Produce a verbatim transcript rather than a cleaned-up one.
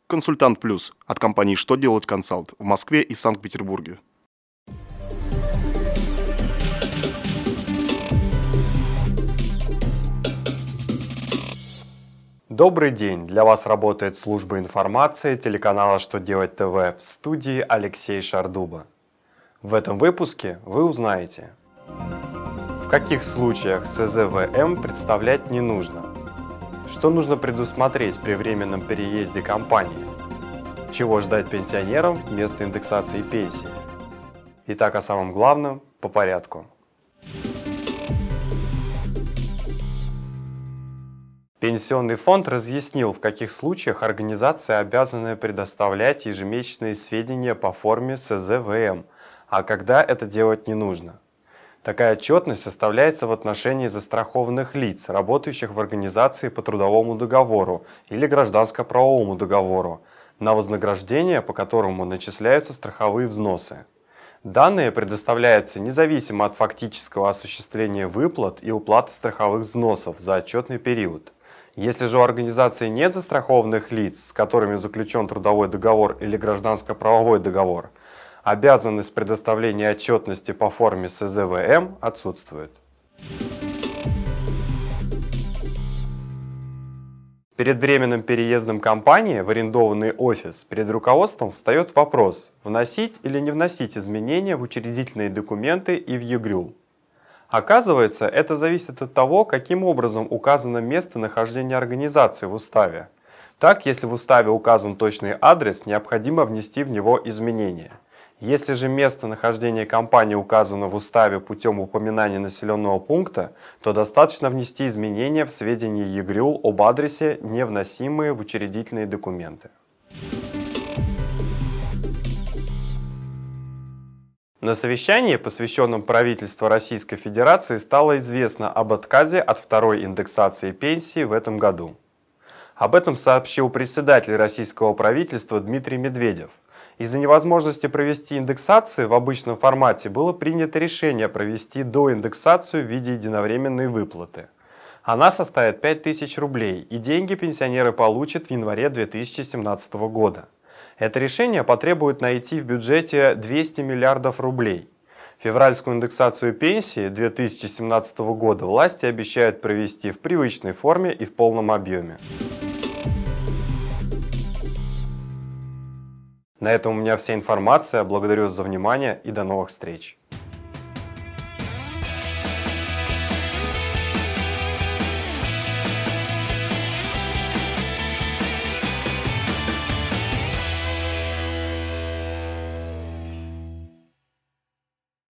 Консультант Плюс от компании «Что делать консалт» в Москве и Санкт-Петербурге. Добрый день! Для вас работает служба информации телеканала «Что делать ТВ», в студии Алексей Шардуба. В этом выпуске вы узнаете, в каких случаях эс зэ вэ эм представлять не нужно, что нужно предусмотреть при временном переезде компании, чего ждать пенсионерам вместо индексации пенсии. Итак, о самом главном по порядку. Пенсионный фонд разъяснил, в каких случаях организации обязаны предоставлять ежемесячные сведения по форме эс зэ вэ эм, а когда это делать не нужно. Такая отчетность составляется в отношении застрахованных лиц, работающих в организации по трудовому договору или гражданско-правовому договору, на вознаграждение, по которому начисляются страховые взносы. Данные предоставляются независимо от фактического осуществления выплат и уплаты страховых взносов за отчетный период. Если же у организации нет застрахованных лиц, с которыми заключен трудовой договор или гражданско-правовой договор, обязанность предоставления отчетности по форме эс зэ вэ эм отсутствует. Перед временным переездом компании в арендованный офис перед руководством встает вопрос, вносить или не вносить изменения в учредительные документы и в е грю эл. Оказывается, это зависит от того, каким образом указано местонахождение организации в уставе. Так, если в уставе указан точный адрес, необходимо внести в него изменения. Если же местонахождение компании указано в уставе путем упоминания населенного пункта, то достаточно внести изменения в сведения е грю эл об адресе, не вносимые в учредительные документы. На совещании, посвященном правительству Российской Федерации, стало известно об отказе от второй индексации пенсии в этом году. Об этом сообщил председатель российского правительства Дмитрий Медведев. Из-за невозможности провести индексации в обычном формате было принято решение провести доиндексацию в виде единовременной выплаты. Она составит пять тысяч рублей, и деньги пенсионеры получат в январе две тысячи семнадцатого года. Это решение потребует найти в бюджете двести миллиардов рублей. Февральскую индексацию пенсии две тысячи семнадцатого года власти обещают провести в привычной форме и в полном объеме. На этом у меня вся информация. Благодарю за внимание и до новых встреч.